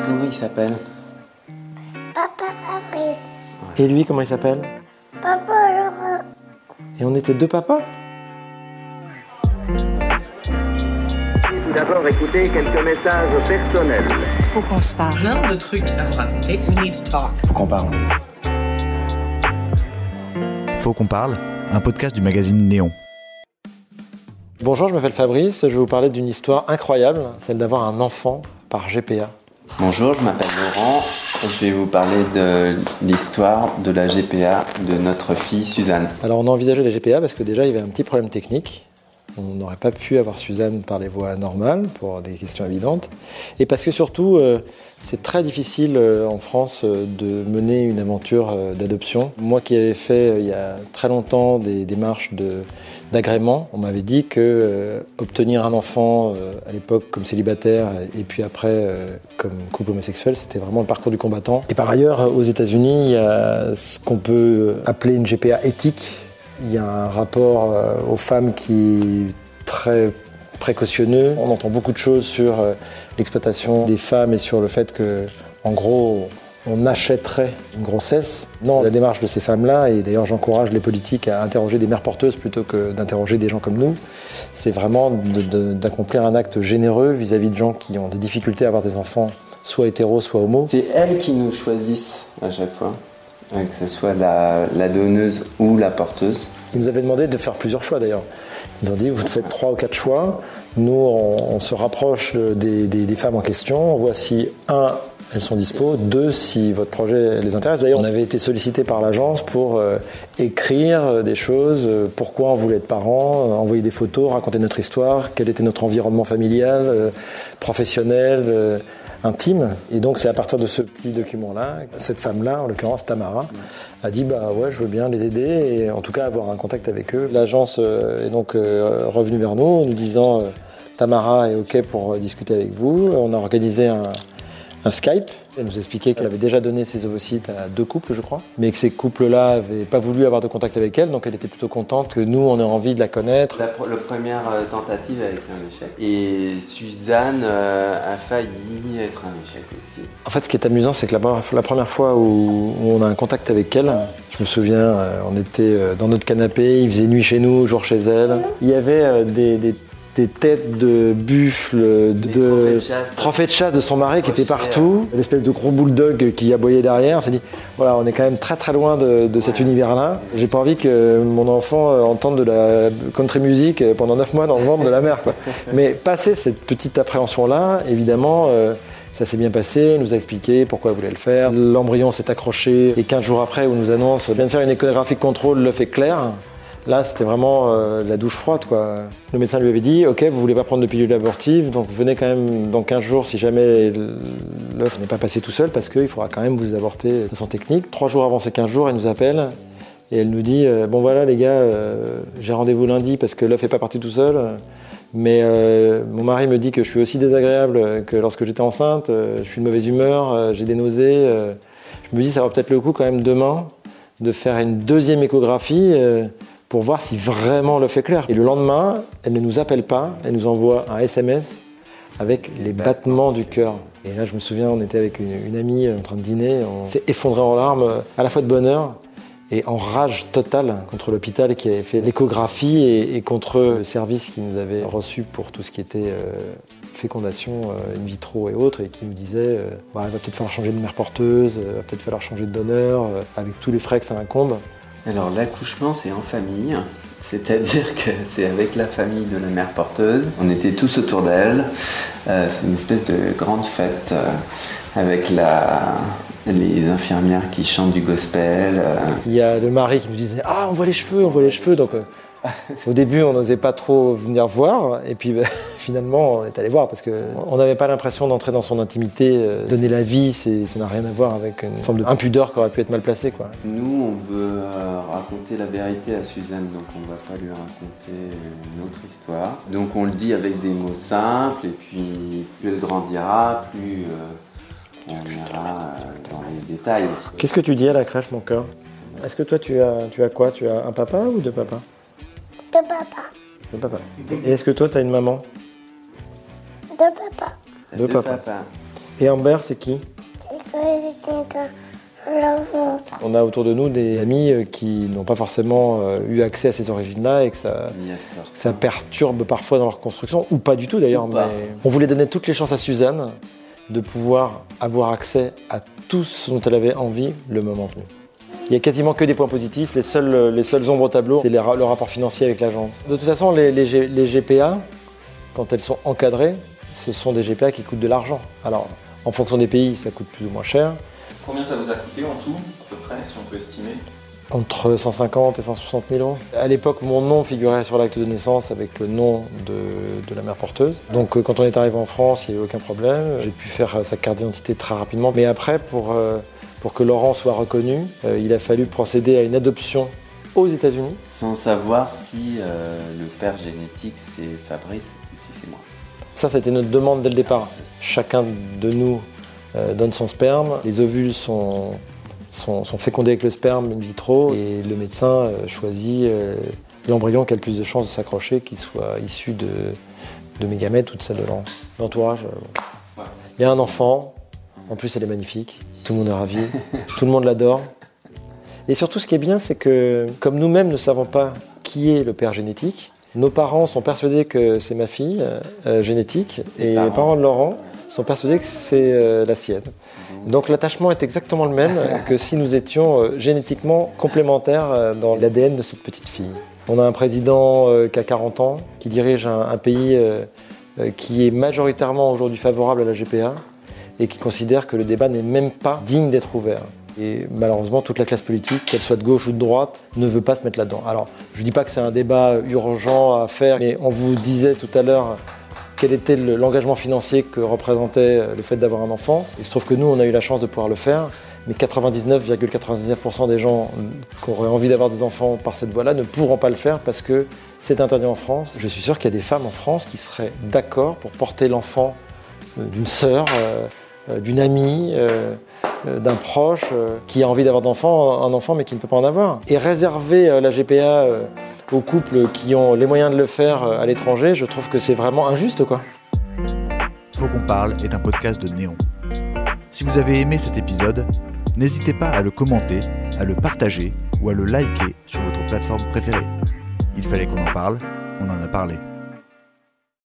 Comment il s'appelle? Papa Fabrice. Et lui, comment il s'appelle? Papa Laurent. Et on était deux papas? Tout d'abord, écoutez quelques messages personnels. Faut qu'on se parle. Plein de trucs à vous raconter. We need to talk. Faut qu'on parle. Faut qu'on parle, un podcast du magazine Néon. Bonjour, je m'appelle Fabrice, je vais vous parler d'une histoire incroyable, celle d'avoir un enfant par GPA. Bonjour, je m'appelle Laurent. Je vais vous parler de l'histoire de la GPA de notre fille Suzanne. Alors on a envisagé la GPA parce que déjà il y avait un petit problème technique. On n'aurait pas pu avoir Suzanne par les voies normales pour des questions évidentes. Et parce que surtout, c'est très difficile en France de mener une aventure d'adoption. Moi qui avais fait il y a très longtemps des démarches d'agrément, on m'avait dit que obtenir un enfant à l'époque comme célibataire et puis après comme couple homosexuel, c'était vraiment le parcours du combattant. Et par ailleurs, aux États-Unis, il y a ce qu'on peut appeler une GPA éthique. Il y a un rapport aux femmes qui est très précautionneux. On entend beaucoup de choses sur l'exploitation des femmes et sur le fait que, en gros, on achèterait une grossesse. Non, la démarche de ces femmes-là, et d'ailleurs j'encourage les politiques à interroger des mères porteuses plutôt que d'interroger des gens comme nous, c'est vraiment d'accomplir un acte généreux vis-à-vis de gens qui ont des difficultés à avoir des enfants, soit hétéros, soit homo. C'est elles qui nous choisissent à chaque fois, que ce soit la donneuse ou la porteuse. Ils nous avaient demandé de faire plusieurs choix d'ailleurs. Ils ont dit, vous faites 3 ou 4 choix. Nous, on se rapproche des femmes en question. On voit si, 1, elles sont dispo. 2, si votre projet les intéresse. D'ailleurs, on avait été sollicité par l'agence pour écrire des choses. Pourquoi on voulait être parents, envoyer des photos, raconter notre histoire, quel était notre environnement familial, professionnel, intime. Et donc c'est à partir de ce petit document-là, cette femme-là, en l'occurrence Tamara, a dit bah ouais, je veux bien les aider et en tout cas avoir un contact avec eux. L'agence est donc revenue vers nous en nous disant Tamara est ok pour discuter avec vous. On a organisé un Skype. Elle nous expliquait qu'elle avait déjà donné ses ovocytes à 2 couples, je crois, mais que ces couples-là n'avaient pas voulu avoir de contact avec elle, donc elle était plutôt contente que nous, on ait envie de la connaître. La première tentative a été un échec. Et Suzanne a failli être un échec aussi. En fait, ce qui est amusant, c'est que la première fois où on a un contact avec elle, je me souviens, on était dans notre canapé, il faisait nuit chez nous, jour chez elle. Il y avait des têtes de buffles, de trophées de chasse de son mari qui étaient partout, l'espèce de gros bulldog qui aboyait derrière. On s'est dit, voilà, on est quand même très très loin de cet univers-là. J'ai pas envie que mon enfant entende de la country music pendant 9 mois dans le ventre de la mère, quoi. Mais passé cette petite appréhension-là, évidemment, ça s'est bien passé, il nous a expliqué pourquoi il voulait le faire. L'embryon s'est accroché et 15 jours après, on nous annonce, on vient de faire une échographie de contrôle, l'œuf est clair. Là, c'était vraiment la douche froide, quoi. Le médecin lui avait dit, ok, vous voulez pas prendre de pilule abortive, donc venez quand même dans 15 jours si jamais l'œuf n'est pas passé tout seul, parce qu'il faudra quand même vous avorter de façon technique. 3 jours avant ces 15 jours, elle nous appelle et elle nous dit, bon voilà les gars, j'ai rendez-vous lundi parce que l'œuf n'est pas parti tout seul, mais mon mari me dit que je suis aussi désagréable que lorsque j'étais enceinte, je suis de mauvaise humeur, j'ai des nausées. Je me dis, ça vaut peut-être le coup quand même demain de faire une 2e échographie pour voir si vraiment l'œuf est clair. Et le lendemain, elle ne nous appelle pas, elle nous envoie un SMS avec les battements du cœur. Et là, je me souviens, on était avec une amie en train de dîner, on s'est effondré en larmes, à la fois de bonheur et en rage totale contre l'hôpital qui avait fait l'échographie et contre le service qui nous avait reçu pour tout ce qui était fécondation in vitro et autres, et qui nous disait il va peut-être falloir changer de mère porteuse, il va peut-être falloir changer de donneur, avec tous les frais que ça incombe. Alors l'accouchement c'est en famille, c'est-à-dire que c'est avec la famille de la mère porteuse. On était tous autour d'elle, c'est une espèce de grande fête avec les infirmières qui chantent du gospel. Il y a le mari qui nous disait « Ah, on voit les cheveux !» Donc au début, on n'osait pas trop venir voir, et puis finalement, on est allé voir parce qu'on n'avait pas l'impression d'entrer dans son intimité. Donner la vie, ça n'a rien à voir avec une forme d'impudeur qui aurait pu être mal placée, quoi. Nous, on veut raconter la vérité à Suzanne, donc on ne va pas lui raconter une autre histoire. Donc on le dit avec des mots simples, et puis plus elle grandira, plus on ira dans les détails. Qu'est-ce que tu dis à la crèche, mon cœur? Est-ce que toi, tu as quoi? Tu as un papa ou 2 papas? 2 papas. 2 papas. Et est-ce que toi, tu as une maman? 2 papas. 2 papas. Et Amber, c'est qui? C'est que j'étais dans le ventre. On a autour de nous des amis qui n'ont pas forcément eu accès à ces origines-là et que ça perturbe parfois dans leur construction, ou pas du tout d'ailleurs. Mais on voulait donner toutes les chances à Suzanne de pouvoir avoir accès à tout ce dont elle avait envie le moment venu. Il n'y a quasiment que des points positifs, les seules ombres au tableau, c'est le rapport financier avec l'agence. De toute façon, les GPA, quand elles sont encadrées, ce sont des GPA qui coûtent de l'argent. Alors, en fonction des pays, ça coûte plus ou moins cher. Combien ça vous a coûté en tout, à peu près, si on peut estimer? Entre 150 et 160 000 euros. À l'époque, mon nom figurait sur l'acte de naissance avec le nom de la mère porteuse. Donc quand on est arrivé en France, il n'y a eu aucun problème. J'ai pu faire sa carte d'identité très rapidement. Mais après, pour que Laurent soit reconnu, il a fallu procéder à une adoption aux États-Unis. Sans savoir si le père génétique c'est Fabrice ou si c'est moi. Ça, c'était notre demande dès le départ. Chacun de nous donne son sperme. Les ovules sont fécondés avec le sperme in vitro et le médecin choisit l'embryon qui a le plus de chances de s'accrocher, qu'il soit issu de mes gamètes ou de celle de l'entourage. Il y a un enfant, en plus elle est magnifique, tout le monde est ravi, tout le monde l'adore. Et surtout ce qui est bien, c'est que comme nous-mêmes ne savons pas qui est le père génétique, nos parents sont persuadés que c'est ma fille génétique et les parents de Laurent sont persuadés que c'est la sienne. Donc l'attachement est exactement le même que si nous étions génétiquement complémentaires dans l'ADN de cette petite fille. On a un président qui a 40 ans, qui dirige un pays qui est majoritairement aujourd'hui favorable à la GPA et qui considère que le débat n'est même pas digne d'être ouvert. Et malheureusement, toute la classe politique, qu'elle soit de gauche ou de droite, ne veut pas se mettre là-dedans. Alors, je ne dis pas que c'est un débat urgent à faire, mais on vous disait tout à l'heure quel était l'engagement financier que représentait le fait d'avoir un enfant. Il se trouve que nous, on a eu la chance de pouvoir le faire, mais 99,99% des gens qui auraient envie d'avoir des enfants par cette voie-là ne pourront pas le faire parce que c'est interdit en France. Je suis sûr qu'il y a des femmes en France qui seraient d'accord pour porter l'enfant d'une sœur, d'une amie, d'un proche qui a envie d'avoir un enfant mais qui ne peut pas en avoir. Et réserver la GPA aux couples qui ont les moyens de le faire à l'étranger, je trouve que c'est vraiment injuste, quoi. Faut qu'on parle est un podcast de Néon. Si vous avez aimé cet épisode, n'hésitez pas à le commenter, à le partager ou à le liker sur votre plateforme préférée. Il fallait qu'on en parle, on en a parlé.